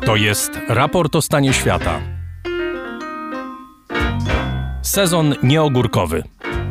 To jest raport o stanie świata. Sezon nieogórkowy.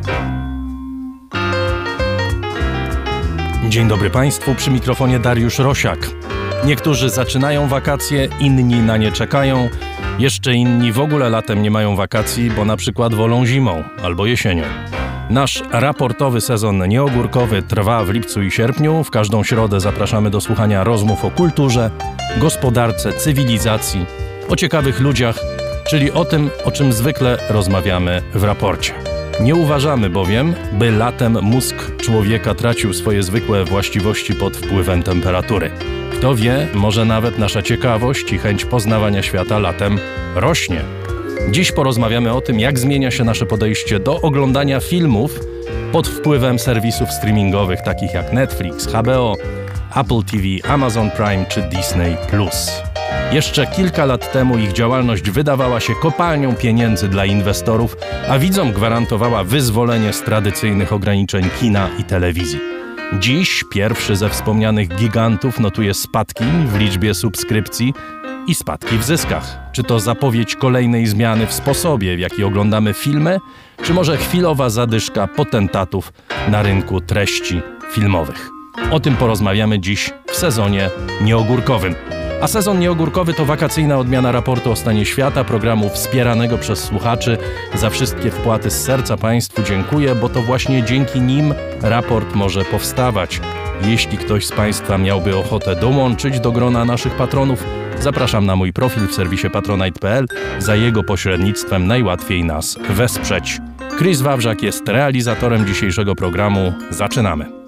Dzień dobry Państwu, przy mikrofonie Dariusz Rosiak. Niektórzy zaczynają wakacje, inni na nie czekają. Jeszcze inni w ogóle latem nie mają wakacji, bo na przykład wolą zimą albo jesienią. Nasz raportowy sezon nieogórkowy trwa w lipcu i sierpniu. W każdą środę zapraszamy do słuchania rozmów o kulturze, gospodarce, cywilizacji, o ciekawych ludziach, czyli o tym, o czym zwykle rozmawiamy w raporcie. Nie uważamy bowiem, by latem mózg człowieka tracił swoje zwykłe właściwości pod wpływem temperatury. Kto wie, może nawet nasza ciekawość i chęć poznawania świata latem rośnie. Dziś porozmawiamy o tym, jak zmienia się nasze podejście do oglądania filmów pod wpływem serwisów streamingowych takich jak Netflix, HBO, Apple TV, Amazon Prime czy Disney+. Jeszcze kilka lat temu ich działalność wydawała się kopalnią pieniędzy dla inwestorów, a widzom gwarantowała wyzwolenie z tradycyjnych ograniczeń kina i telewizji. Dziś pierwszy ze wspomnianych gigantów notuje spadki w liczbie subskrypcji i spadki w zyskach. Czy to zapowiedź kolejnej zmiany w sposobie, w jaki oglądamy filmy, czy może chwilowa zadyszka potentatów na rynku treści filmowych? O tym porozmawiamy dziś w sezonie nieogórkowym. A sezon nieogórkowy to wakacyjna odmiana raportu o stanie świata, programu wspieranego przez słuchaczy. Za wszystkie wpłaty z serca Państwu dziękuję, bo to właśnie dzięki nim raport może powstawać. Jeśli ktoś z Państwa miałby ochotę dołączyć do grona naszych patronów, zapraszam na mój profil w serwisie patronite.pl. Za jego pośrednictwem najłatwiej nas wesprzeć. Chris Wawrzak jest realizatorem dzisiejszego programu. Zaczynamy.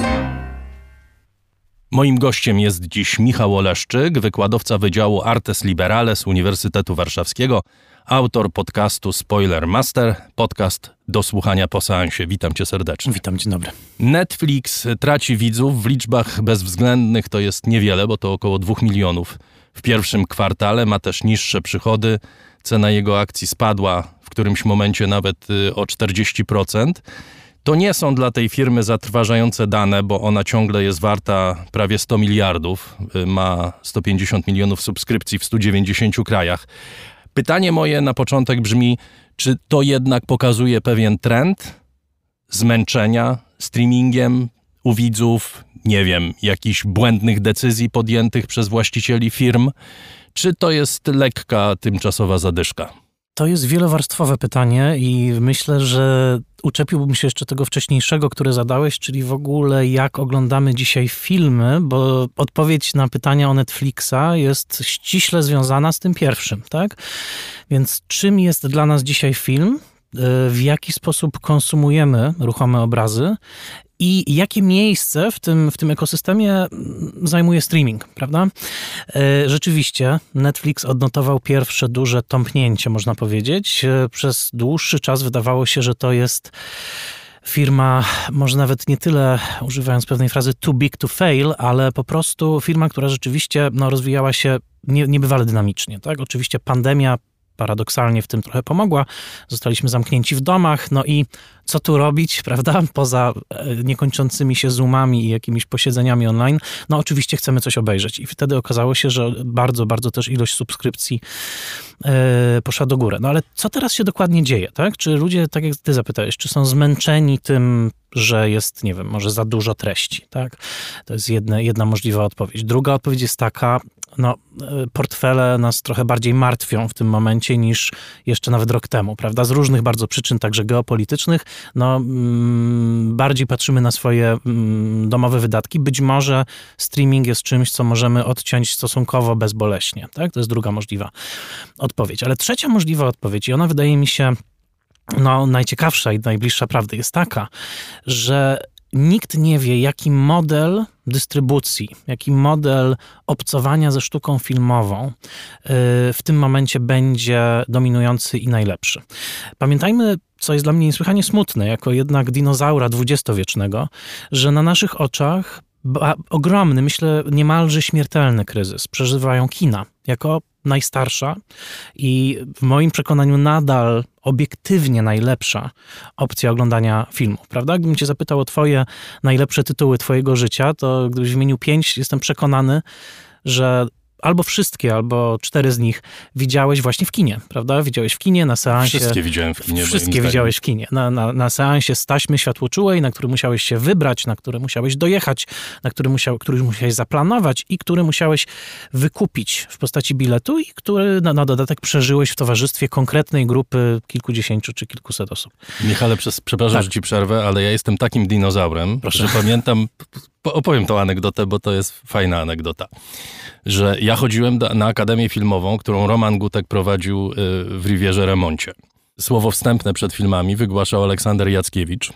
Moim gościem jest dziś Michał Oleszczyk, wykładowca Wydziału Artes Liberales Uniwersytetu Warszawskiego, autor podcastu Spoiler Master, podcast do słuchania po seansie. Witam Cię serdecznie. Witam, dzień dobry. Netflix traci widzów w liczbach bezwzględnych, to jest niewiele, bo to około 2 milionów w pierwszym kwartale, ma też niższe przychody, cena jego akcji spadła w którymś momencie nawet o 40%. To nie są dla tej firmy zatrważające dane, bo ona ciągle jest warta prawie 100 miliardów, ma 150 milionów subskrypcji w 190 krajach. Pytanie moje na początek brzmi, czy to jednak pokazuje pewien trend zmęczenia streamingiem u widzów, nie wiem, jakichś błędnych decyzji podjętych przez właścicieli firm, czy to jest lekka, tymczasowa zadyszka? To jest wielowarstwowe pytanie i myślę, że uczepiłbym się jeszcze tego wcześniejszego, które zadałeś, czyli w ogóle jak oglądamy dzisiaj filmy, bo odpowiedź na pytania o Netflixa jest ściśle związana z tym pierwszym, tak? Więc czym jest dla nas dzisiaj film? W jaki sposób konsumujemy ruchome obrazy i jakie miejsce w tym ekosystemie zajmuje streaming, prawda? Rzeczywiście Netflix odnotował pierwsze duże tąpnięcie, można powiedzieć. Przez dłuższy czas wydawało się, że to jest firma, może nawet nie tyle używając pewnej frazy too big to fail, ale po prostu firma, która rzeczywiście rozwijała się niebywale dynamicznie, tak? Oczywiście pandemia paradoksalnie w tym trochę pomogła. Zostaliśmy zamknięci w domach, i co tu robić, prawda? Poza niekończącymi się Zoomami i jakimiś posiedzeniami online, oczywiście chcemy coś obejrzeć. I wtedy okazało się, że bardzo, bardzo też ilość subskrypcji poszła do góry. Ale co teraz się dokładnie dzieje, tak? Czy ludzie, tak jak ty zapytałeś, czy są zmęczeni tym, że jest, nie wiem, może za dużo treści, tak? To jest jedna możliwa odpowiedź. Druga odpowiedź jest taka, portfele nas trochę bardziej martwią w tym momencie niż jeszcze nawet rok temu, prawda? Z różnych bardzo przyczyn, także geopolitycznych, bardziej patrzymy na swoje domowe wydatki. Być może streaming jest czymś, co możemy odciąć stosunkowo bezboleśnie, tak? To jest druga możliwa odpowiedź. Ale trzecia możliwa odpowiedź, i ona wydaje mi się najciekawsza i najbliższa prawdy, jest taka, że nikt nie wie, jaki model dystrybucji, jaki model obcowania ze sztuką filmową w tym momencie będzie dominujący i najlepszy. Pamiętajmy, co jest dla mnie niesłychanie smutne, jako jednak dinozaura dwudziestowiecznego, że na naszych oczach ogromny, myślę niemalże śmiertelny kryzys przeżywają kina jako najstarsza i w moim przekonaniu nadal obiektywnie najlepsza opcja oglądania filmów, prawda? Gdybym cię zapytał o twoje najlepsze tytuły twojego życia, to gdybyś wymienił 5, jestem przekonany, że albo wszystkie, albo 4 z nich widziałeś właśnie w kinie, prawda? Widziałeś w kinie, na seansie. Wszystkie widziałem w kinie. Wszystkie widziałeś w kinie. Na seansie z taśmy światłoczułej, na który musiałeś się wybrać, na który musiałeś dojechać, który musiałeś zaplanować i który musiałeś wykupić w postaci biletu i który na dodatek przeżyłeś w towarzystwie konkretnej grupy kilkudziesięciu czy kilkuset osób. Michale, przepraszam, że ci przerwę, ale ja jestem takim dinozaurem, że pamiętam, opowiem tą anegdotę, bo to jest fajna anegdota, że ja chodziłem na Akademię Filmową, którą Roman Gutek prowadził w Rivierze Remoncie. Słowo wstępne przed filmami wygłaszał Aleksander Jackiewicz,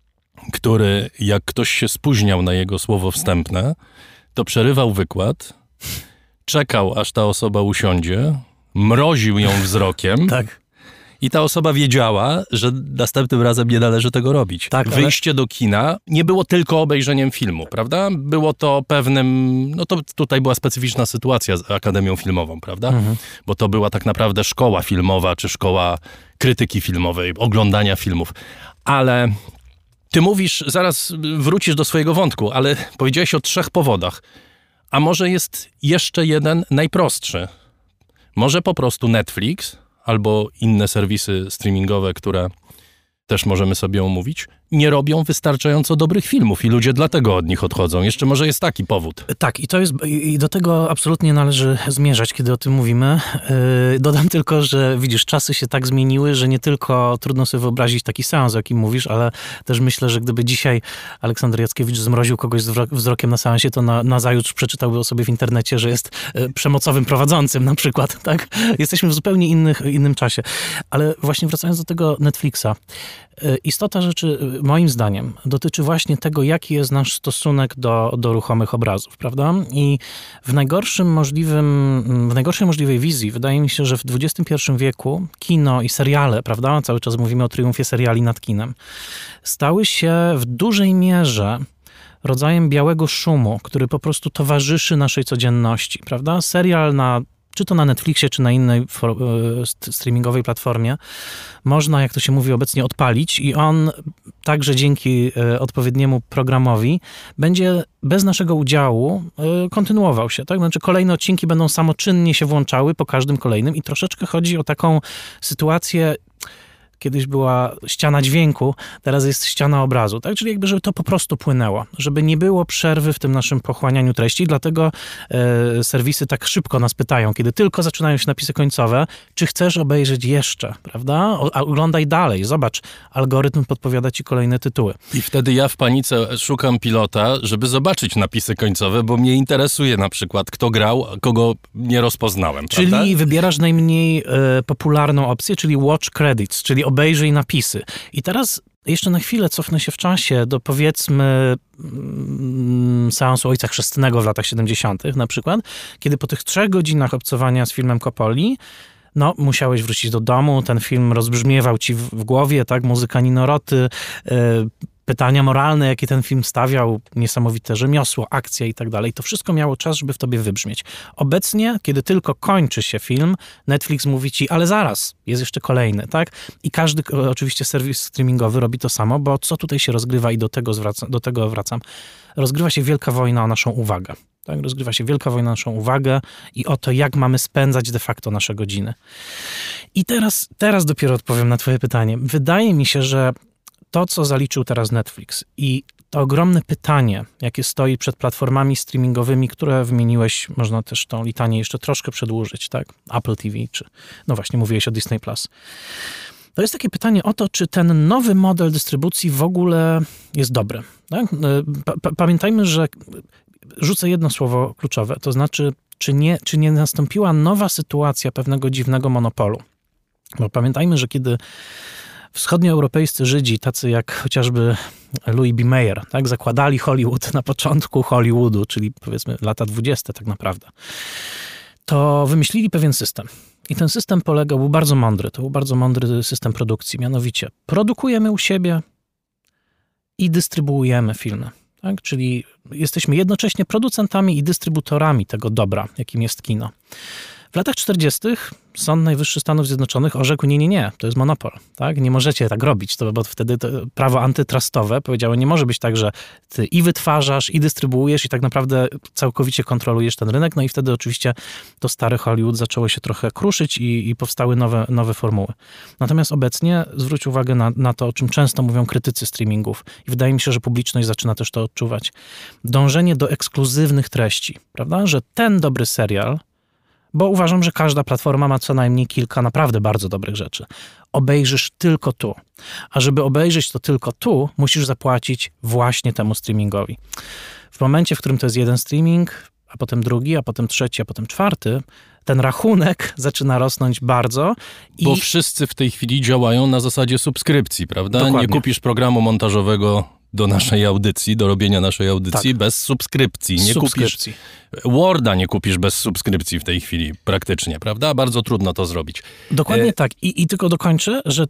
który, jak ktoś się spóźniał na jego słowo wstępne, to przerywał wykład, czekał, aż ta osoba usiądzie, mroził ją wzrokiem. Tak. I ta osoba wiedziała, że następnym razem nie należy tego robić. Tak, Wyjście do kina nie było tylko obejrzeniem filmu, prawda? Było to pewnym... No to tutaj była specyficzna sytuacja z Akademią Filmową, prawda? Mhm. Bo to była tak naprawdę szkoła filmowa, czy szkoła krytyki filmowej, oglądania filmów. Ale ty mówisz, zaraz wrócisz do swojego wątku, ale powiedziałeś o 3 powodach. A może jest jeszcze jeden najprostszy? Może po prostu Netflix... albo inne serwisy streamingowe, które też możemy sobie omówić, nie robią wystarczająco dobrych filmów i ludzie dlatego od nich odchodzą. Jeszcze może jest taki powód. Tak, i do tego absolutnie należy zmierzać, kiedy o tym mówimy. Dodam tylko, że widzisz, czasy się tak zmieniły, że nie tylko trudno sobie wyobrazić taki seans, o jakim mówisz, ale też myślę, że gdyby dzisiaj Aleksander Jackiewicz zmroził kogoś wzrokiem na seansie, to nazajutrz przeczytałby o sobie w internecie, że jest przemocowym prowadzącym na przykład, tak? Jesteśmy w zupełnie innym czasie. Ale właśnie wracając do tego Netflixa, istota rzeczy, moim zdaniem, dotyczy właśnie tego, jaki jest nasz stosunek do ruchomych obrazów, prawda? I w najgorszej możliwej wizji, wydaje mi się, że w XXI wieku kino i seriale, prawda? Cały czas mówimy o triumfie seriali nad kinem, stały się w dużej mierze rodzajem białego szumu, który po prostu towarzyszy naszej codzienności, prawda? Serial czy to na Netflixie, czy na innej streamingowej platformie, można, jak to się mówi obecnie, odpalić i on także dzięki odpowiedniemu programowi będzie bez naszego udziału kontynuował się. Tak? Znaczy kolejne odcinki będą samoczynnie się włączały po każdym kolejnym i troszeczkę chodzi o taką sytuację. Kiedyś była ściana dźwięku, teraz jest ściana obrazu, tak? Czyli jakby, żeby to po prostu płynęło, żeby nie było przerwy w tym naszym pochłanianiu treści, dlatego serwisy tak szybko nas pytają, kiedy tylko zaczynają się napisy końcowe, czy chcesz obejrzeć jeszcze, prawda? Oglądaj dalej, zobacz, algorytm podpowiada ci kolejne tytuły. I wtedy ja w panice szukam pilota, żeby zobaczyć napisy końcowe, bo mnie interesuje na przykład, kto grał, kogo nie rozpoznałem, czyli prawda? wybierasz najmniej popularną opcję, czyli watch credits, czyli obejrzyj napisy. I teraz jeszcze na chwilę cofnę się w czasie do, powiedzmy, seansu Ojca Chrzestnego w latach 70. na przykład, kiedy po tych 3 godzinach obcowania z filmem Coppoli, musiałeś wrócić do domu, ten film rozbrzmiewał ci w głowie, tak, muzyka Nino Roty, pytania moralne, jakie ten film stawiał, niesamowite rzemiosło, akcja i tak dalej. To wszystko miało czas, żeby w tobie wybrzmieć. Obecnie, kiedy tylko kończy się film, Netflix mówi ci, ale zaraz, jest jeszcze kolejny, tak? I każdy oczywiście serwis streamingowy robi to samo, bo co tutaj się rozgrywa i do tego wracam. Rozgrywa się wielka wojna o naszą uwagę. Tak? Rozgrywa się wielka wojna o naszą uwagę i o to, jak mamy spędzać de facto nasze godziny. I teraz dopiero odpowiem na twoje pytanie. Wydaje mi się, że to, co zaliczył teraz Netflix i to ogromne pytanie, jakie stoi przed platformami streamingowymi, które wymieniłeś, można też tą litanię jeszcze troszkę przedłużyć, tak? Apple TV, czy właśnie mówiłeś o Disney+. To jest takie pytanie o to, czy ten nowy model dystrybucji w ogóle jest dobry. Tak? Pamiętajmy, że rzucę jedno słowo kluczowe, to znaczy, czy nie nastąpiła nowa sytuacja pewnego dziwnego monopolu. Bo pamiętajmy, że kiedy wschodnioeuropejscy Żydzi, tacy jak chociażby Louis B. Mayer, tak, zakładali Hollywood na początku Hollywoodu, czyli powiedzmy lata 20 tak naprawdę, to wymyślili pewien system. I ten system był bardzo mądry. To był bardzo mądry system produkcji. Mianowicie produkujemy u siebie i dystrybuujemy filmy. Tak? Czyli jesteśmy jednocześnie producentami i dystrybutorami tego dobra, jakim jest kino. W latach 40. Sąd Najwyższy Stanów Zjednoczonych orzekł, nie, to jest monopol, tak? Nie możecie tak robić, bo wtedy to prawo antytrustowe powiedziało, nie może być tak, że ty i wytwarzasz, i dystrybuujesz, i tak naprawdę całkowicie kontrolujesz ten rynek, no i wtedy oczywiście to stare Hollywood zaczęło się trochę kruszyć i powstały nowe formuły. Natomiast obecnie zwróć uwagę na to, o czym często mówią krytycy streamingów i wydaje mi się, że publiczność zaczyna też to odczuwać. Dążenie do ekskluzywnych treści, prawda? Że ten dobry serial, bo uważam, że każda platforma ma co najmniej kilka naprawdę bardzo dobrych rzeczy. Obejrzysz tylko tu. A żeby obejrzeć to tylko tu, musisz zapłacić właśnie temu streamingowi. W momencie, w którym to jest jeden streaming, a potem drugi, a potem trzeci, a potem czwarty, ten rachunek zaczyna rosnąć bardzo. Bo wszyscy w tej chwili działają na zasadzie subskrypcji, prawda? Dokładnie. Nie kupisz programu montażowego do naszej audycji, do robienia naszej audycji bez subskrypcji. Kupisz Worda nie kupisz bez subskrypcji w tej chwili praktycznie, prawda? Bardzo trudno to zrobić. Dokładnie tak. I tylko dokończę, że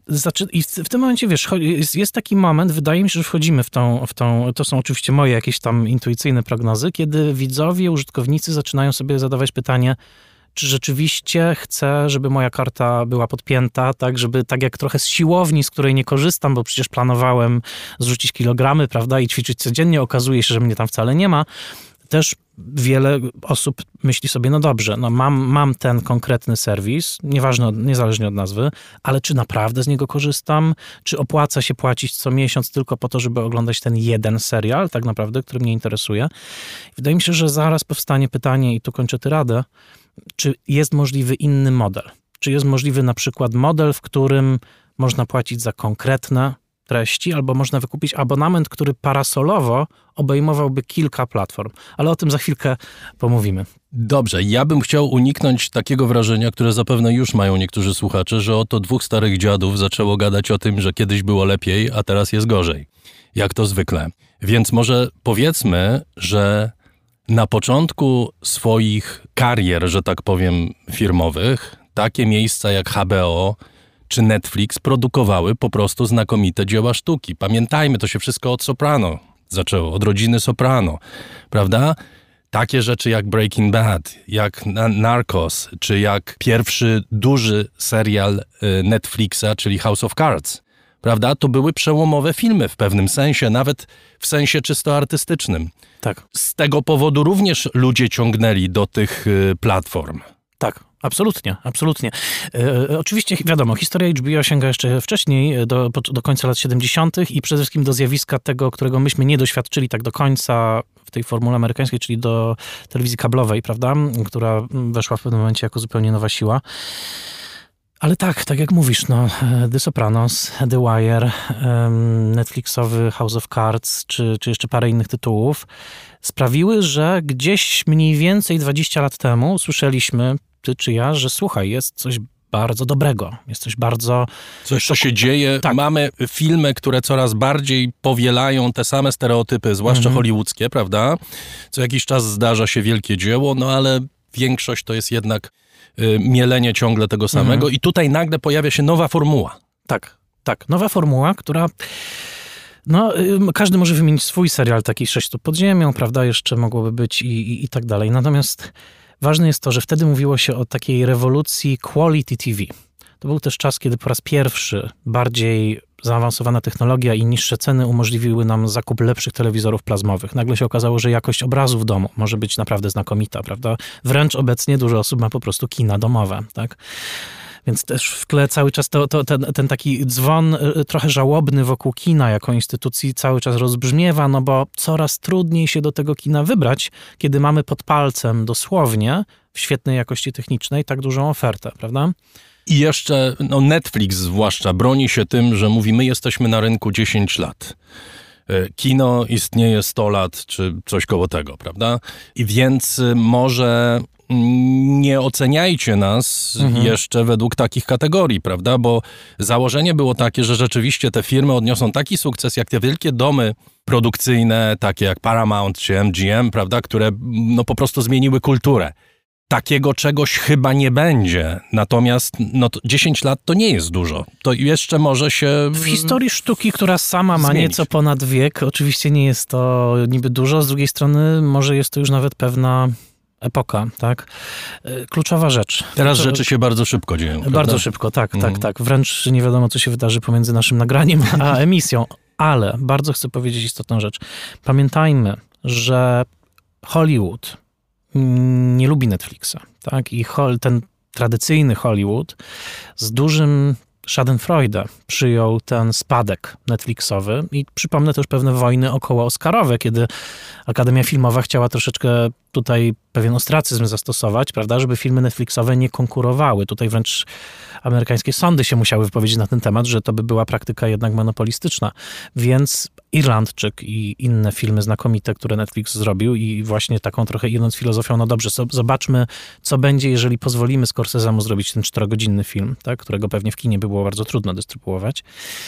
w tym momencie, wiesz, jest taki moment, wydaje mi się, że wchodzimy w tą, to są oczywiście moje jakieś tam intuicyjne prognozy, kiedy widzowie, użytkownicy zaczynają sobie zadawać pytanie, czy rzeczywiście chcę, żeby moja karta była podpięta, tak, żeby tak jak trochę z siłowni, z której nie korzystam, bo przecież planowałem zrzucić kilogramy, prawda, i ćwiczyć codziennie, okazuje się, że mnie tam wcale nie ma. Też wiele osób myśli sobie, no dobrze, no mam ten konkretny serwis, niezależnie od nazwy, ale czy naprawdę z niego korzystam? Czy opłaca się płacić co miesiąc tylko po to, żeby oglądać ten jeden serial, tak naprawdę, który mnie interesuje? Wydaje mi się, że zaraz powstanie pytanie, i tu kończę tyradę, czy jest możliwy inny model? Czy jest możliwy na przykład model, w którym można płacić za konkretne treści, albo można wykupić abonament, który parasolowo obejmowałby kilka platform. Ale o tym za chwilkę pomówimy. Dobrze, ja bym chciał uniknąć takiego wrażenia, które zapewne już mają niektórzy słuchacze, że oto dwóch starych dziadów zaczęło gadać o tym, że kiedyś było lepiej, a teraz jest gorzej. Jak to zwykle. Więc może powiedzmy, że na początku swoich karier, że tak powiem, firmowych, takie miejsca jak HBO czy Netflix produkowały po prostu znakomite dzieła sztuki. Pamiętajmy, to się wszystko od Soprano zaczęło, od rodziny Soprano, prawda? Takie rzeczy jak Breaking Bad, jak Narcos, czy jak pierwszy duży serial Netflixa, czyli House of Cards, prawda? To były przełomowe filmy w pewnym sensie, nawet w sensie czysto artystycznym. Tak. Z tego powodu również ludzie ciągnęli do tych platform. Tak, absolutnie. Oczywiście, wiadomo, historia HBO sięga jeszcze wcześniej, do końca lat 70. i przede wszystkim do zjawiska tego, którego myśmy nie doświadczyli tak do końca w tej formule amerykańskiej, czyli do telewizji kablowej, prawda, która weszła w pewnym momencie jako zupełnie nowa siła. Ale tak jak mówisz, no, The Sopranos, The Wire, Netflixowy House of Cards, czy jeszcze parę innych tytułów sprawiły, że gdzieś mniej więcej 20 lat temu słyszeliśmy, ty czy ja, że słuchaj, jest coś bardzo dobrego, jest coś bardzo... Coś, co się dzieje. Tak. Mamy filmy, które coraz bardziej powielają te same stereotypy, zwłaszcza hollywoodzkie, prawda? Co jakiś czas zdarza się wielkie dzieło, no ale większość to jest jednak mielenie ciągle tego samego i tutaj nagle pojawia się nowa formuła. Tak. Nowa formuła, która... No, każdy może wymienić swój serial, taki 6 stóp pod ziemią, prawda, jeszcze mogłoby być i tak dalej. Natomiast ważne jest to, że wtedy mówiło się o takiej rewolucji quality TV. To był też czas, kiedy po raz pierwszy bardziej zaawansowana technologia i niższe ceny umożliwiły nam zakup lepszych telewizorów plazmowych. Nagle się okazało, że jakość obrazu w domu może być naprawdę znakomita, prawda? Wręcz obecnie dużo osób ma po prostu kina domowe, tak? Więc też w tle cały czas ten taki dzwon trochę żałobny wokół kina jako instytucji cały czas rozbrzmiewa, no bo coraz trudniej się do tego kina wybrać, kiedy mamy pod palcem dosłownie w świetnej jakości technicznej tak dużą ofertę, prawda? I jeszcze Netflix zwłaszcza broni się tym, że mówi, my jesteśmy na rynku 10 lat. Kino istnieje 100 lat, czy coś koło tego, prawda? I więc może nie oceniajcie nas jeszcze według takich kategorii, prawda? Bo założenie było takie, że rzeczywiście te firmy odniosą taki sukces, jak te wielkie domy produkcyjne, takie jak Paramount czy MGM, prawda? Które no po prostu zmieniły kulturę. Takiego czegoś chyba nie będzie. Natomiast 10 lat to nie jest dużo. To jeszcze może się... W historii sztuki, która sama ma zmienić. nieco ponad wiek, oczywiście nie jest to niby dużo. Z drugiej strony może jest to już nawet pewna epoka, tak? Kluczowa rzecz. Teraz rzeczy się bardzo szybko dzieją. Bardzo prawda? szybko, tak. Wręcz nie wiadomo, co się wydarzy pomiędzy naszym nagraniem a emisją. Ale bardzo chcę powiedzieć istotną rzecz. Pamiętajmy, że Hollywood nie lubi Netflixa, tak? I ten tradycyjny Hollywood z dużym schadenfreude przyjął ten spadek Netflixowy i przypomnę też pewne wojny około Oscarowe, kiedy Akademia Filmowa chciała troszeczkę tutaj pewien ostracyzm zastosować, prawda, żeby filmy Netflixowe nie konkurowały. Tutaj wręcz amerykańskie sądy się musiały wypowiedzieć na ten temat, że to by była praktyka jednak monopolistyczna. Więc Irlandczyk i inne filmy znakomite, które Netflix zrobił i właśnie taką trochę idąc filozofią, no dobrze, zobaczmy, co będzie, jeżeli pozwolimy Scorsese'emu zrobić ten 4-godzinny film, tak, którego pewnie w kinie by było bardzo trudno dystrybuować.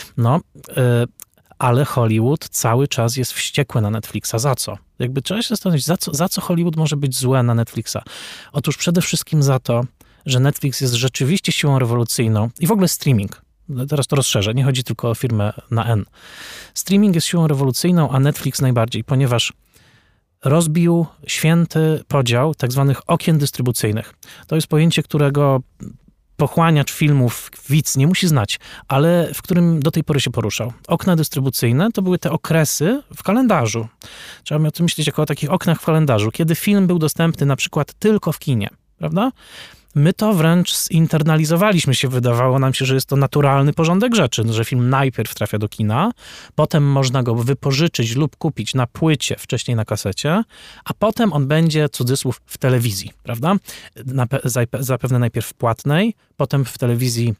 Ale Hollywood cały czas jest wściekły na Netflixa. Za co? Jakby trzeba się zastanowić, za co Hollywood może być złe na Netflixa? Otóż przede wszystkim za to, że Netflix jest rzeczywiście siłą rewolucyjną i w ogóle streaming. Teraz to rozszerzę, nie chodzi tylko o firmę na N. Streaming jest siłą rewolucyjną, a Netflix najbardziej, ponieważ rozbił święty podział tak zwanych okien dystrybucyjnych. To jest pojęcie, którego pochłaniacz filmów, widz nie musi znać, ale w którym do tej pory się poruszał. Okna dystrybucyjne to były te okresy w kalendarzu. Trzeba o tym myśleć jako o takich oknach w kalendarzu, kiedy film był dostępny na przykład tylko w kinie, prawda? My to wręcz zinternalizowaliśmy się, wydawało nam się, że jest to naturalny porządek rzeczy, że film najpierw trafia do kina, potem można go wypożyczyć lub kupić na płycie, wcześniej na kasecie, a potem on będzie, cudzysłów, w telewizji, prawda? Zapewne najpierw płatnej, potem w telewizji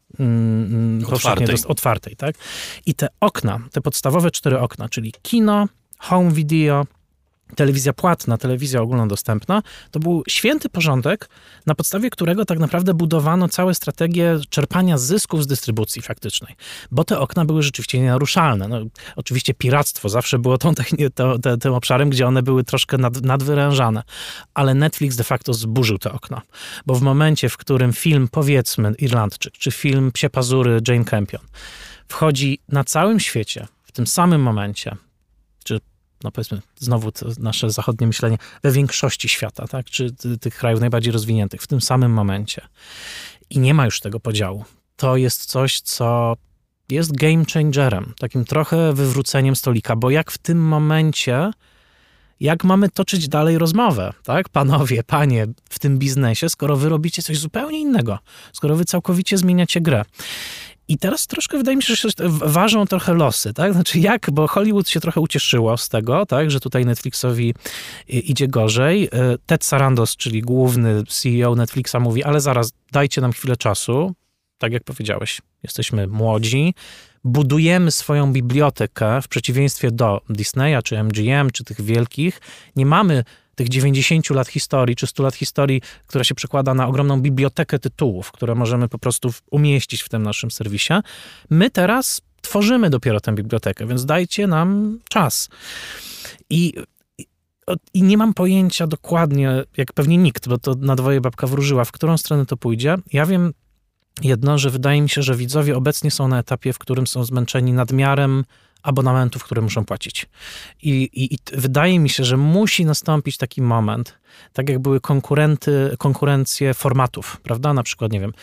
otwartej, tak? I te okna, te podstawowe 4 okna, czyli kino, home video, telewizja płatna, telewizja ogólnodostępna, to był święty porządek, na podstawie którego tak naprawdę budowano całe strategie czerpania zysków z dystrybucji faktycznej. Bo te okna były rzeczywiście nienaruszalne. No, oczywiście piractwo zawsze było tym obszarem, gdzie one były troszkę nadwyrężane. Ale Netflix de facto zburzył te okna. Bo w momencie, w którym film, powiedzmy, Irlandczyk, czy film Psie Pazury Jane Campion wchodzi na całym świecie, w tym samym momencie, czy no powiedzmy, znowu to nasze zachodnie myślenie, we większości świata, tak, czy tych krajów najbardziej rozwiniętych, w tym samym momencie. I nie ma już tego podziału. To jest coś, co jest game changerem, takim trochę wywróceniem stolika, bo jak w tym momencie, jak mamy toczyć dalej rozmowę, tak, panowie, panie, w tym biznesie, skoro wy robicie coś zupełnie innego, skoro wy całkowicie zmieniacie grę. I teraz troszkę wydaje mi się, że ważą trochę losy, tak? Znaczy bo Hollywood się trochę ucieszyło z tego, tak, że tutaj Netflixowi idzie gorzej. Ted Sarandos, czyli główny CEO Netflixa mówi, ale zaraz, dajcie nam chwilę czasu. Tak jak powiedziałeś, jesteśmy młodzi, budujemy swoją bibliotekę w przeciwieństwie do Disneya, czy MGM, czy tych wielkich. Nie mamy tych 90 lat historii, czy 100 lat historii, która się przekłada na ogromną bibliotekę tytułów, które możemy po prostu umieścić w tym naszym serwisie. My teraz tworzymy dopiero tę bibliotekę, więc dajcie nam czas. I nie mam pojęcia dokładnie, jak pewnie nikt, bo to na dwoje babka wróżyła, w którą stronę to pójdzie. Ja wiem jedno, że wydaje mi się, że widzowie obecnie są na etapie, w którym są zmęczeni nadmiarem abonamentów, które muszą płacić. I wydaje mi się, że musi nastąpić taki moment, tak jak były konkurencje formatów, prawda? Na przykład, nie wiem,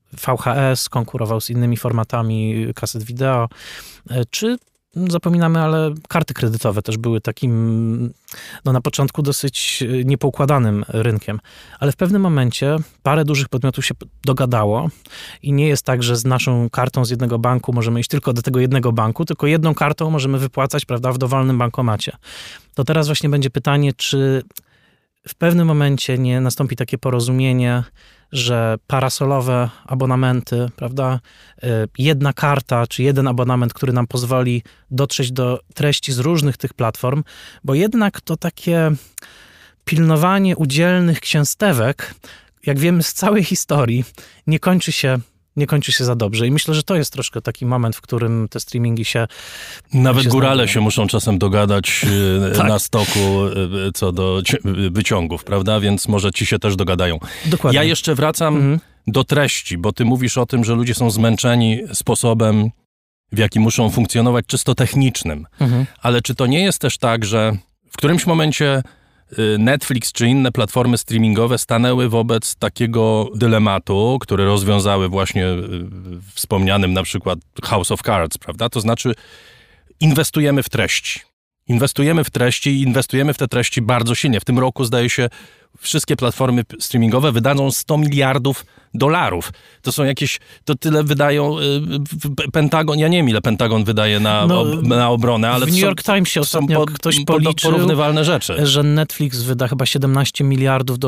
VHS konkurował z innymi formatami kaset wideo, czy zapominamy, ale karty kredytowe też były takim, no na początku dosyć niepoukładanym rynkiem. Ale w pewnym momencie parę dużych podmiotów się dogadało i nie jest tak, że z naszą kartą z jednego banku możemy iść tylko do tego jednego banku, tylko jedną kartą możemy wypłacać, prawda, w dowolnym bankomacie. To teraz właśnie będzie pytanie, czy w pewnym momencie nie nastąpi takie porozumienie, że parasolowe abonamenty, prawda, jedna karta, czy jeden abonament, który nam pozwoli dotrzeć do treści z różnych tych platform, bo jednak to takie pilnowanie udzielnych księstewek, jak wiemy z całej historii, nie kończy się za dobrze. I myślę, że to jest troszkę taki moment, w którym te streamingi się... Nawet górale się muszą czasem dogadać tak. Na stoku co do wyciągów, prawda? Więc może ci się też dogadają. Dokładnie. Ja jeszcze wracam do treści, bo ty mówisz o tym, że ludzie są zmęczeni sposobem, w jaki muszą funkcjonować czysto technicznym. Ale czy to nie jest też tak, że w którymś momencie Netflix czy inne platformy streamingowe stanęły wobec takiego dylematu, który rozwiązały właśnie wspomnianym na przykład House of Cards, prawda? To znaczy inwestujemy w treści. Inwestujemy w treści i inwestujemy w te treści bardzo silnie. W tym roku, zdaje się, wszystkie platformy streamingowe wydadzą $100 miliardów. To są jakieś, to tyle wydają Pentagon, ja nie wiem ile Pentagon wydaje na obronę, ale w New York Timesie ostatnio ktoś policzył, porównywalne rzeczy. Że Netflix wyda chyba $17 miliardów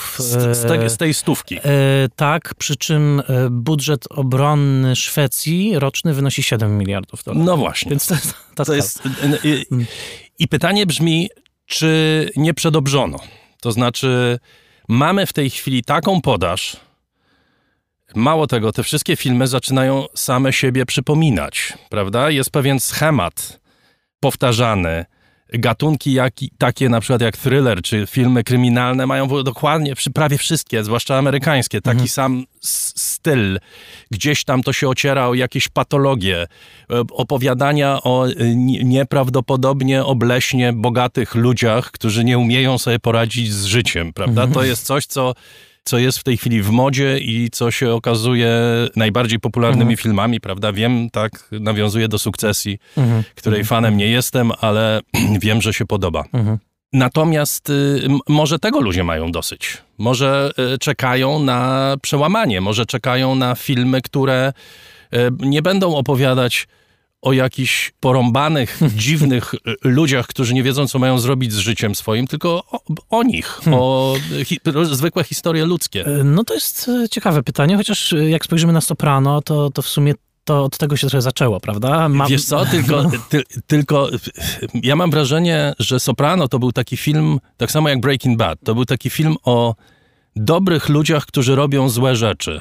z tej stówki. Tak, przy czym budżet obronny Szwecji roczny wynosi $7 miliardów. No właśnie. Więc to jest I pytanie brzmi, czy nie przedobrzono? To znaczy, mamy w tej chwili taką podaż, mało tego, te wszystkie filmy zaczynają same siebie przypominać, prawda? Jest pewien schemat powtarzany. Gatunki takie na przykład jak thriller czy filmy kryminalne mają dokładnie, prawie wszystkie, zwłaszcza amerykańskie, taki sam styl. Gdzieś tam to się ociera o jakieś patologie, opowiadania o nieprawdopodobnie obleśnie bogatych ludziach, którzy nie umieją sobie poradzić z życiem, prawda? To jest coś, co jest w tej chwili w modzie i co się okazuje najbardziej popularnymi filmami, prawda? Wiem, tak, nawiązuję do Sukcesji, której fanem nie jestem, ale wiem, że się podoba. Natomiast może tego ludzie mają dosyć. Może czekają na przełamanie, może czekają na filmy, które nie będą opowiadać o jakichś porąbanych, dziwnych ludziach, którzy nie wiedzą, co mają zrobić z życiem swoim, tylko o nich, o zwykłe historie ludzkie. No to jest ciekawe pytanie, chociaż jak spojrzymy na Soprano, to w sumie to od tego się trochę zaczęło, prawda? Wiesz co, tylko ja mam wrażenie, że Soprano to był taki film, tak samo jak Breaking Bad, to był taki film o dobrych ludziach, którzy robią złe rzeczy.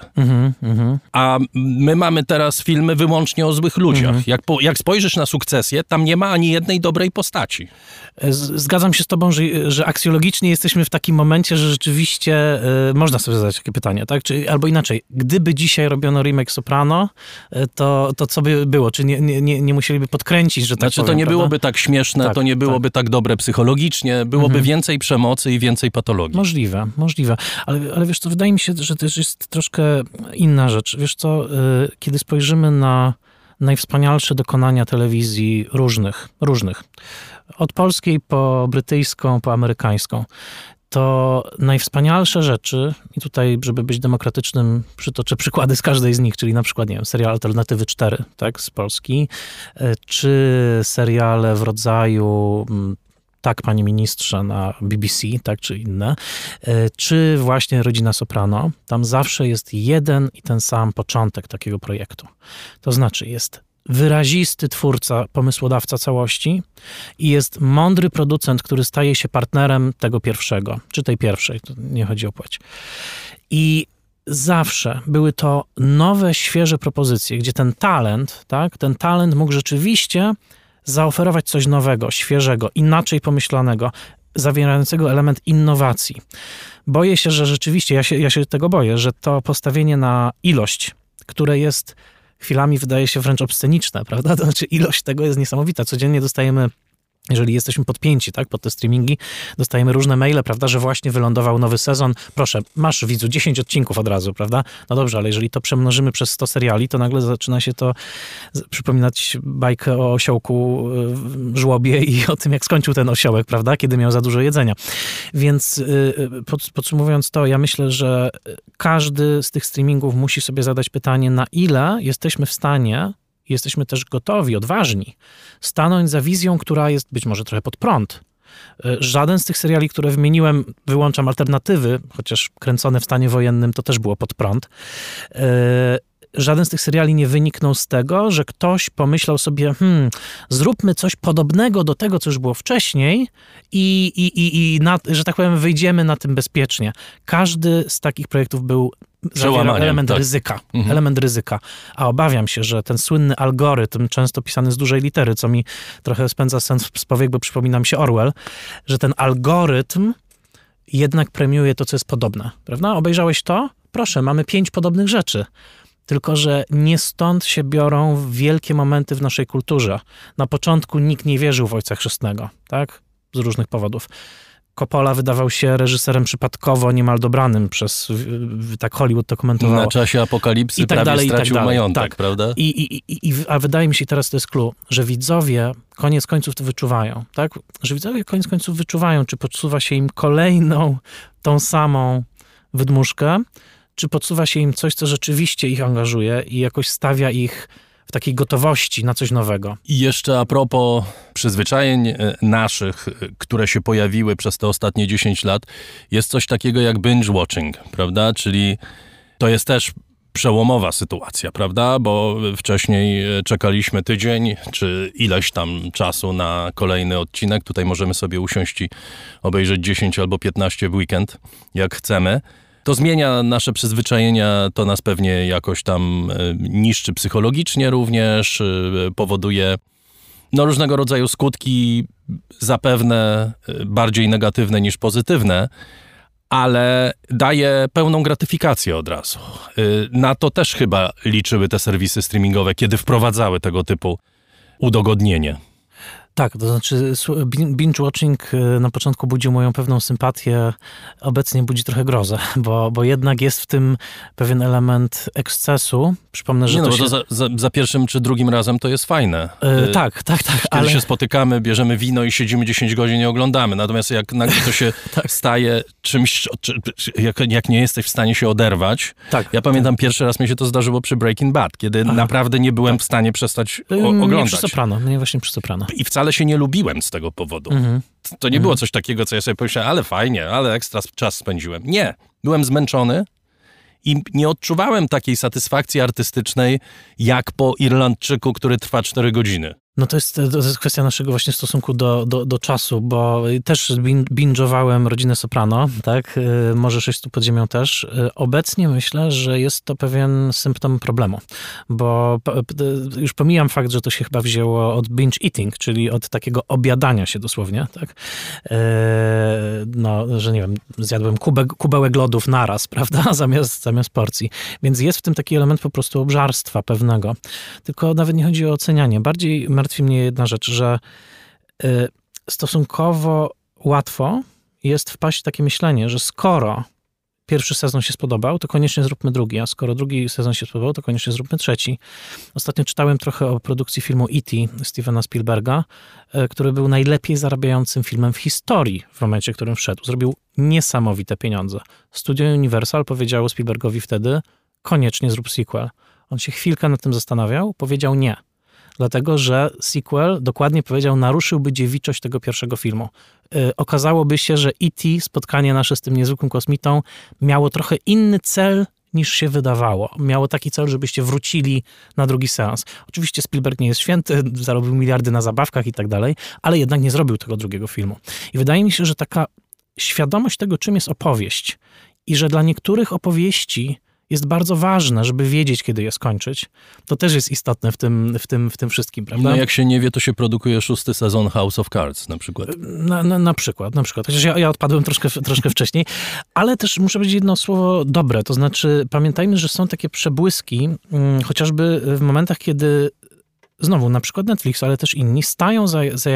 A my mamy teraz filmy wyłącznie o złych ludziach. Jak spojrzysz na Sukcesję, tam nie ma ani jednej dobrej postaci. Zgadzam się z tobą, że aksjologicznie jesteśmy w takim momencie, że rzeczywiście można sobie zadać takie pytanie, tak? Albo inaczej, gdyby dzisiaj robiono remake Soprano, to co by było? Czy nie musieliby podkręcić, że tak powiem, to nie byłoby tak śmieszne, to nie byłoby tak dobre psychologicznie, byłoby więcej przemocy i więcej patologii. Możliwe. Ale wiesz co, wydaje mi się, że też jest troszkę inna rzecz. Wiesz co, kiedy spojrzymy na najwspanialsze dokonania telewizji różnych, od polskiej po brytyjską, po amerykańską, to najwspanialsze rzeczy, i tutaj, żeby być demokratycznym, przytoczę przykłady z każdej z nich, czyli na przykład, nie wiem, serial Alternatywy 4, tak, z Polski, czy seriale w rodzaju Tak, panie ministrze na BBC, tak, czy inne, czy właśnie Rodzina Soprano, tam zawsze jest jeden i ten sam początek takiego projektu. To znaczy jest wyrazisty twórca, pomysłodawca całości i jest mądry producent, który staje się partnerem tego pierwszego, czy tej pierwszej, to nie chodzi o płeć. I zawsze były to nowe, świeże propozycje, gdzie ten talent mógł rzeczywiście zaoferować coś nowego, świeżego, inaczej pomyślanego, zawierającego element innowacji. Boję się, że rzeczywiście, ja się tego boję, że to postawienie na ilość, które jest chwilami wydaje się wręcz obsceniczne, prawda? To znaczy ilość tego jest niesamowita. Codziennie dostajemy, jeżeli jesteśmy podpięci, tak, pod te streamingi, dostajemy różne maile, prawda, że właśnie wylądował nowy sezon. Proszę, masz, widzu, 10 odcinków od razu, prawda? No dobrze, ale jeżeli to przemnożymy przez 100 seriali, to nagle zaczyna się to przypominać bajkę o osiołku w żłobie i o tym, jak skończył ten osiołek, prawda, kiedy miał za dużo jedzenia. Więc podsumowując to, ja myślę, że każdy z tych streamingów musi sobie zadać pytanie, na ile jesteśmy w stanie, jesteśmy też gotowi, odważni, stanąć za wizją, która jest być może trochę pod prąd. Żaden z tych seriali, które wymieniłem, wyłączam alternatywy, chociaż kręcone w stanie wojennym to też było pod prąd. Żaden z tych seriali nie wyniknął z tego, że ktoś pomyślał sobie, zróbmy coś podobnego do tego, co już było wcześniej i że tak powiem, wyjdziemy na tym bezpiecznie. Każdy z takich projektów był element ryzyka. Element ryzyka. A obawiam się, że ten słynny algorytm, często pisany z dużej litery, co mi trochę spędza sens z powiek, bo przypomina mi się Orwell, że ten algorytm jednak premiuje to, co jest podobne. Prawda? Obejrzałeś to? Proszę, mamy 5 podobnych rzeczy. Tylko że nie stąd się biorą wielkie momenty w naszej kulturze. Na początku nikt nie wierzył w Ojca Chrzestnego, tak? Z różnych powodów. Coppola wydawał się reżyserem przypadkowo niemal dobranym przez, tak Hollywood to komentowało. Na czasie apokalipsy I tak prawie dalej, stracił majątek, tak. prawda? A wydaje mi się, teraz to jest clue, że widzowie koniec końców to wyczuwają, tak? Że widzowie koniec końców wyczuwają, czy podsuwa się im kolejną, tą samą wydmuszkę, czy podsuwa się im coś, co rzeczywiście ich angażuje i jakoś stawia ich w takiej gotowości na coś nowego. I jeszcze a propos przyzwyczajeń naszych, które się pojawiły przez te ostatnie 10 lat, jest coś takiego jak binge watching, prawda? Czyli to jest też przełomowa sytuacja, prawda? Bo wcześniej czekaliśmy tydzień, czy ileś tam czasu na kolejny odcinek. Tutaj możemy sobie usiąść i obejrzeć 10 albo 15 w weekend, jak chcemy. To zmienia nasze przyzwyczajenia, to nas pewnie jakoś tam niszczy psychologicznie również, powoduje różnego rodzaju skutki, zapewne bardziej negatywne niż pozytywne, ale daje pełną gratyfikację od razu. Na to też chyba liczyły te serwisy streamingowe, kiedy wprowadzały tego typu udogodnienie. Tak, to znaczy binge-watching na początku budził moją pewną sympatię, obecnie budzi trochę grozę, bo jednak jest w tym pewien element ekscesu. Przypomnę, że to za pierwszym czy drugim razem to jest fajne. Tak. Kiedy się spotykamy, bierzemy wino i siedzimy 10 godzin i oglądamy. Natomiast jak nagle to się staje czymś, jak nie jesteś w stanie się oderwać. Tak, ja pamiętam pierwszy raz mi się to zdarzyło przy Breaking Bad, kiedy naprawdę nie byłem w stanie przestać oglądać. Mnie właśnie przy Soprano. I wcale się nie lubiłem z tego powodu. To nie było coś takiego, co ja sobie pomyślałem, ale fajnie, ale ekstra czas spędziłem. Nie, byłem zmęczony i nie odczuwałem takiej satysfakcji artystycznej, jak po Irlandczyku, który trwa 4 godziny. No to jest kwestia naszego właśnie stosunku do czasu, bo też binge'owałem Rodzinę Soprano, tak? Może 600 pod ziemią też. Obecnie myślę, że jest to pewien symptom problemu, bo już pomijam fakt, że to się chyba wzięło od binge eating, czyli od takiego obiadania się dosłownie, tak? Że nie wiem, zjadłem kubełek lodów naraz, prawda? Zamiast porcji. Więc jest w tym taki element po prostu obżarstwa pewnego. Tylko nawet nie chodzi o ocenianie. Bardziej martwi mnie jedna rzecz, że stosunkowo łatwo jest wpaść w takie myślenie, że skoro pierwszy sezon się spodobał, to koniecznie zróbmy drugi, a skoro drugi sezon się spodobał, to koniecznie zróbmy trzeci. Ostatnio czytałem trochę o produkcji filmu E.T. Stevena Spielberga, który był najlepiej zarabiającym filmem w historii w momencie, w którym wszedł. Zrobił niesamowite pieniądze. Studio Universal powiedziało Spielbergowi wtedy, koniecznie zrób sequel. On się chwilkę nad tym zastanawiał, powiedział nie. Dlatego, że sequel, dokładnie powiedział, naruszyłby dziewiczość tego pierwszego filmu. Okazałoby się, że E.T., spotkanie nasze z tym niezwykłym kosmitą, miało trochę inny cel niż się wydawało. Miało taki cel, żebyście wrócili na drugi seans. Oczywiście Spielberg nie jest święty, zarobił miliardy na zabawkach i tak dalej, ale jednak nie zrobił tego drugiego filmu. I wydaje mi się, że taka świadomość tego, czym jest opowieść i że dla niektórych opowieści jest bardzo ważne, żeby wiedzieć, kiedy je skończyć. To też jest istotne w tym wszystkim, prawda? No jak się nie wie, to się produkuje 6. sezon House of Cards na przykład. Na przykład. Chociaż ja odpadłem troszkę wcześniej. Ale też muszę powiedzieć jedno słowo dobre. To znaczy pamiętajmy, że są takie przebłyski, chociażby w momentach, kiedy znowu, na przykład Netflix, ale też inni stają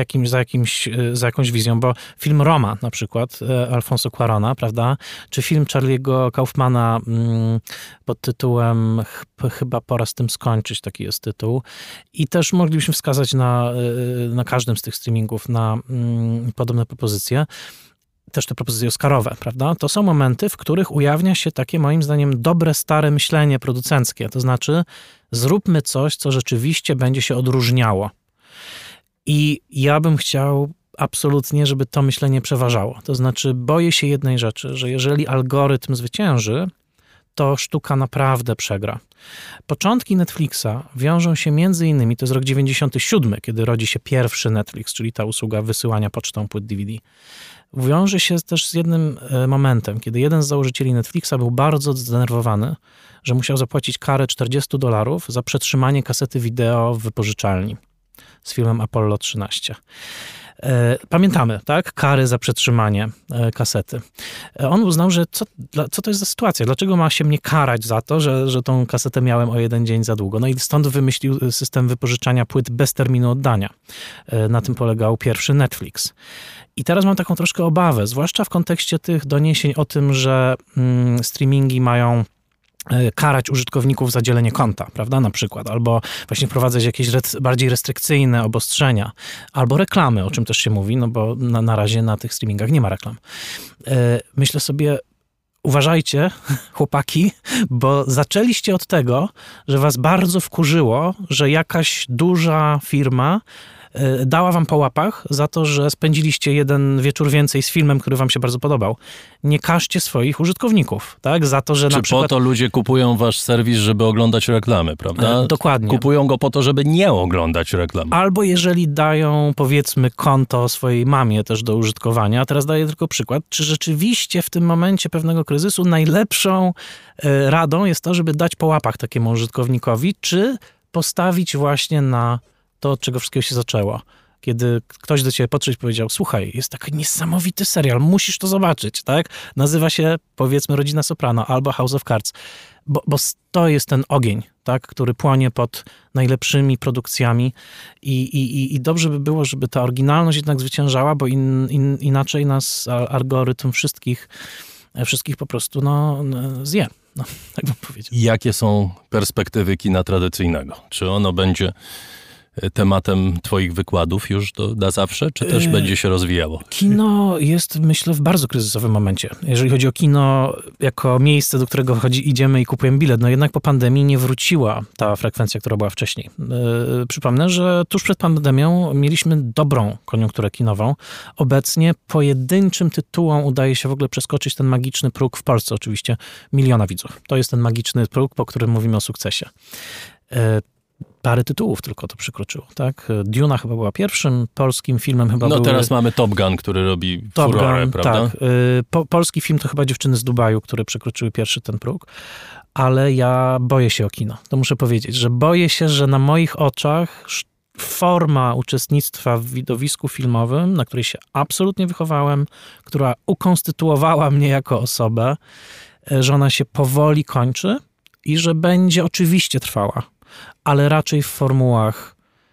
za jakąś wizją, bo film Roma na przykład, Alfonso Cuarona, prawda, czy film Charlie'ego Kaufmana pod tytułem chyba Pora z tym skończyć, taki jest tytuł. I też moglibyśmy wskazać na każdym z tych streamingów na podobne propozycje. Też te propozycje oscarowe, prawda? To są momenty, w których ujawnia się takie, moim zdaniem, dobre, stare myślenie producenckie. To znaczy, zróbmy coś, co rzeczywiście będzie się odróżniało. I ja bym chciał absolutnie, żeby to myślenie przeważało. To znaczy, boję się jednej rzeczy, że jeżeli algorytm zwycięży, to sztuka naprawdę przegra. Początki Netflixa wiążą się między innymi, to jest rok 97, kiedy rodzi się pierwszy Netflix, czyli ta usługa wysyłania pocztą płyt DVD. Wiąże się też z jednym momentem, kiedy jeden z założycieli Netflixa był bardzo zdenerwowany, że musiał zapłacić karę $40 za przetrzymanie kasety wideo w wypożyczalni z filmem Apollo 13. Pamiętamy, tak? Kary za przetrzymanie kasety. On uznał, że co to jest za sytuacja? Dlaczego ma się mnie karać za to, że tą kasetę miałem o 1 dzień za długo? No i stąd wymyślił system wypożyczania płyt bez terminu oddania. Na tym polegał pierwszy Netflix. I teraz mam taką troszkę obawę, zwłaszcza w kontekście tych doniesień o tym, że streamingi mają karać użytkowników za dzielenie konta, prawda, na przykład, albo właśnie wprowadzać jakieś bardziej restrykcyjne obostrzenia, albo reklamy, o czym też się mówi, no bo na razie na tych streamingach nie ma reklam. Myślę sobie, uważajcie, chłopaki, bo zaczęliście od tego, że was bardzo wkurzyło, że jakaś duża firma dała wam po łapach za to, że spędziliście jeden wieczór więcej z filmem, który wam się bardzo podobał. Nie każcie swoich użytkowników, tak? Za to, że Czy na przykład... po to ludzie kupują wasz serwis, żeby oglądać reklamy, prawda? Dokładnie. Kupują go po to, żeby nie oglądać reklam. Albo jeżeli dają, powiedzmy, konto swojej mamie też do użytkowania, teraz daję tylko przykład, czy rzeczywiście w tym momencie pewnego kryzysu najlepszą radą jest to, żeby dać po łapach takiemu użytkownikowi, czy postawić właśnie na to, od czego wszystkiego się zaczęło. Kiedy ktoś do ciebie podszedł i powiedział, słuchaj, jest taki niesamowity serial, musisz to zobaczyć, tak? Nazywa się, powiedzmy, Rodzina Soprano albo House of Cards, bo to jest ten ogień, tak? Który płonie pod najlepszymi produkcjami i dobrze by było, żeby ta oryginalność jednak zwyciężała, bo inaczej nas algorytm wszystkich po prostu zje. No, tak bym powiedział. Jakie są perspektywy kina tradycyjnego? Czy ono będzie tematem twoich wykładów już na zawsze, czy też będzie się rozwijało? Kino jest, myślę, w bardzo kryzysowym momencie. Jeżeli chodzi o kino jako miejsce, do którego idziemy i kupujemy bilet, no jednak po pandemii nie wróciła ta frekwencja, która była wcześniej. Przypomnę, że tuż przed pandemią mieliśmy dobrą koniunkturę kinową. Obecnie pojedynczym tytułom udaje się w ogóle przeskoczyć ten magiczny próg, w Polsce oczywiście, 1 000 000 widzów. To jest ten magiczny próg, po którym mówimy o sukcesie. Parę tytułów tylko to przekroczyło, tak? Duna chyba była pierwszym polskim filmem. Teraz mamy Top Gun, który robi furorę, prawda? Tak. Polski film to chyba Dziewczyny z Dubaju, które przekroczyły pierwszy ten próg. Ale ja boję się o kino. To muszę powiedzieć, że boję się, że na moich oczach forma uczestnictwa w widowisku filmowym, na której się absolutnie wychowałem, która ukonstytuowała mnie jako osobę, że ona się powoli kończy i że będzie oczywiście trwała, ale raczej w formułach,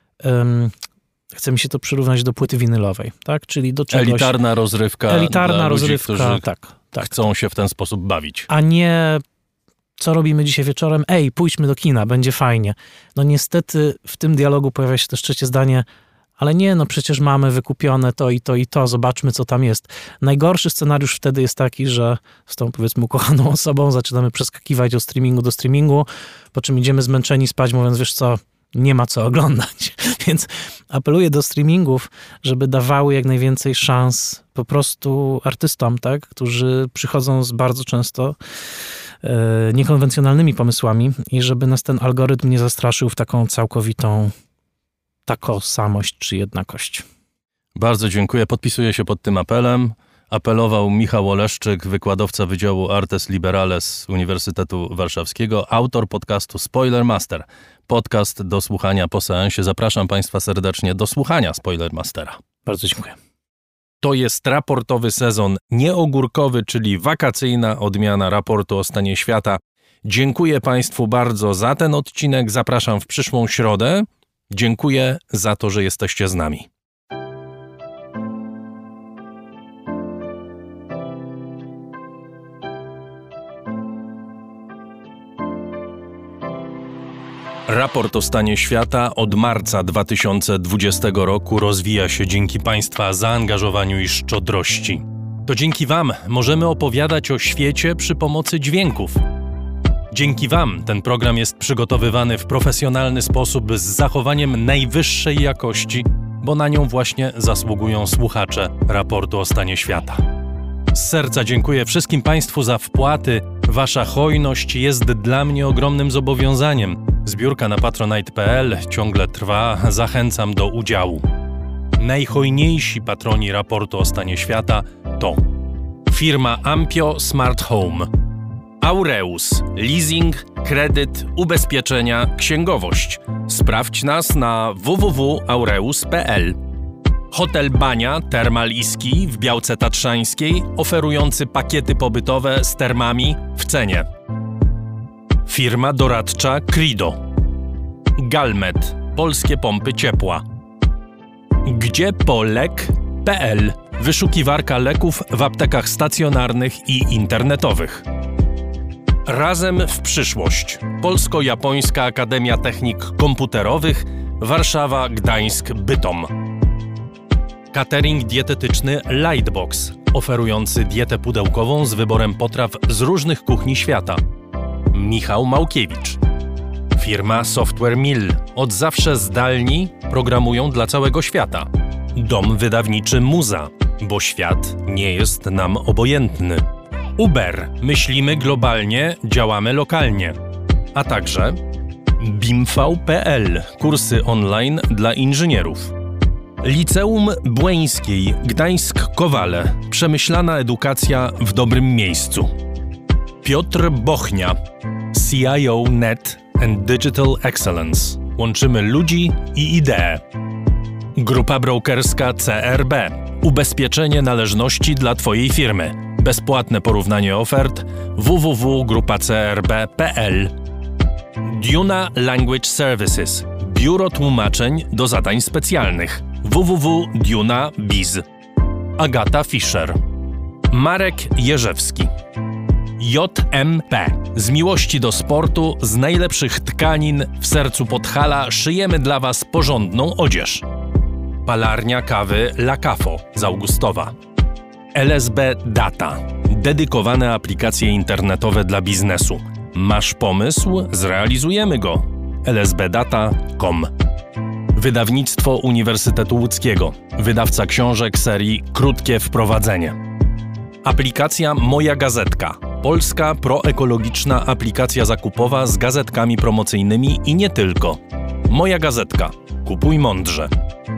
chce mi się to przyrównać do płyty winylowej, tak? Czyli do czegoś... Elitarna rozrywka dla ludzi, którzy tak. chcą się w ten sposób bawić. A nie, co robimy dzisiaj wieczorem? Pójdźmy do kina, będzie fajnie. No niestety w tym dialogu pojawia się też trzecie zdanie, ale nie, przecież mamy wykupione to i to i to, zobaczmy, co tam jest. Najgorszy scenariusz wtedy jest taki, że z tą, powiedzmy, ukochaną osobą zaczynamy przeskakiwać od streamingu do streamingu, po czym idziemy zmęczeni spać, mówiąc, wiesz co, nie ma co oglądać. Więc apeluję do streamingów, żeby dawały jak najwięcej szans po prostu artystom, tak, którzy przychodzą z bardzo często niekonwencjonalnymi pomysłami i żeby nas ten algorytm nie zastraszył w taką całkowitą takosamość czy jednakość. Bardzo dziękuję. Podpisuję się pod tym apelem. Apelował Michał Oleszczyk, wykładowca Wydziału Artes Liberales Uniwersytetu Warszawskiego, autor podcastu Spoilermaster. Podcast do słuchania po seansie. Zapraszam Państwa serdecznie do słuchania Spoilermastera. Bardzo dziękuję. To jest raportowy sezon nieogórkowy, czyli wakacyjna odmiana raportu o stanie świata. Dziękuję Państwu bardzo za ten odcinek. Zapraszam w przyszłą środę. Dziękuję za to, że jesteście z nami. Raport o stanie świata od marca 2020 roku rozwija się dzięki Państwa zaangażowaniu i szczodrości. To dzięki Wam możemy opowiadać o świecie przy pomocy dźwięków. Dzięki Wam ten program jest przygotowywany w profesjonalny sposób z zachowaniem najwyższej jakości, bo na nią właśnie zasługują słuchacze raportu o stanie świata. Z serca dziękuję wszystkim Państwu za wpłaty. Wasza hojność jest dla mnie ogromnym zobowiązaniem. Zbiórka na patronite.pl ciągle trwa. Zachęcam do udziału. Najhojniejsi patroni raportu o stanie świata to firma Ampio Smart Home, Aureus, leasing, kredyt, ubezpieczenia, księgowość. Sprawdź nas na www.aureus.pl. Hotel Bania Termal i Ski w Białce Tatrzańskiej, oferujący pakiety pobytowe z termami w cenie. Firma doradcza Crido. Galmet, polskie pompy ciepła. Gdziepolek.pl, wyszukiwarka leków w aptekach stacjonarnych i internetowych. Razem w przyszłość. Polsko-Japońska Akademia Technik Komputerowych, Warszawa, Gdańsk, Bytom. Catering dietetyczny Lightbox, oferujący dietę pudełkową z wyborem potraw z różnych kuchni świata. Michał Małkiewicz. Firma Software Mill. Od zawsze zdalni programują dla całego świata. Dom wydawniczy Muza, bo świat nie jest nam obojętny. Uber. Myślimy globalnie, działamy lokalnie. A także bimv.pl. Kursy online dla inżynierów. Liceum Błeńskiej, Gdańsk-Kowale. Przemyślana edukacja w dobrym miejscu. Piotr Bochnia. CIO Net and Digital Excellence. Łączymy ludzi i idee. Grupa brokerska CRB. Ubezpieczenie należności dla Twojej firmy. Bezpłatne porównanie ofert www.grupacrb.pl. Duna Language Services. Biuro tłumaczeń do zadań specjalnych. www.duna.biz. Agata Fischer. Marek Jerzewski. JMP. Z miłości do sportu, z najlepszych tkanin w sercu Podhala szyjemy dla Was porządną odzież. Palarnia kawy La Cafo z Augustowa. LSB Data. Dedykowane aplikacje internetowe dla biznesu. Masz pomysł? Zrealizujemy go. lsbdata.com. Wydawnictwo Uniwersytetu Łódzkiego. Wydawca książek serii Krótkie wprowadzenie. Aplikacja Moja Gazetka. Polska proekologiczna aplikacja zakupowa z gazetkami promocyjnymi i nie tylko. Moja Gazetka. Kupuj mądrze.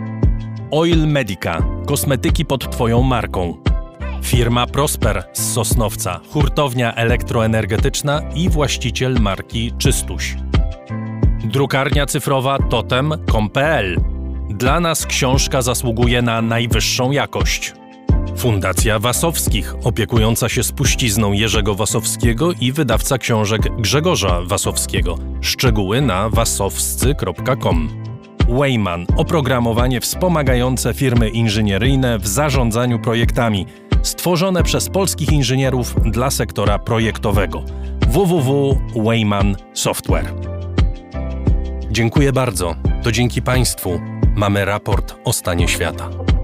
Oil Medica. Kosmetyki pod Twoją marką. Firma Prosper z Sosnowca. Hurtownia elektroenergetyczna i właściciel marki Czystuś. Drukarnia cyfrowa totem.com.pl. Dla nas książka zasługuje na najwyższą jakość. Fundacja Wasowskich, opiekująca się spuścizną Jerzego Wasowskiego i wydawca książek Grzegorza Wasowskiego. Szczegóły na wasowscy.com. Wayman, oprogramowanie wspomagające firmy inżynieryjne w zarządzaniu projektami, stworzone przez polskich inżynierów dla sektora projektowego. www.Wayman Software. Dziękuję bardzo. To dzięki Państwu mamy raport o stanie świata.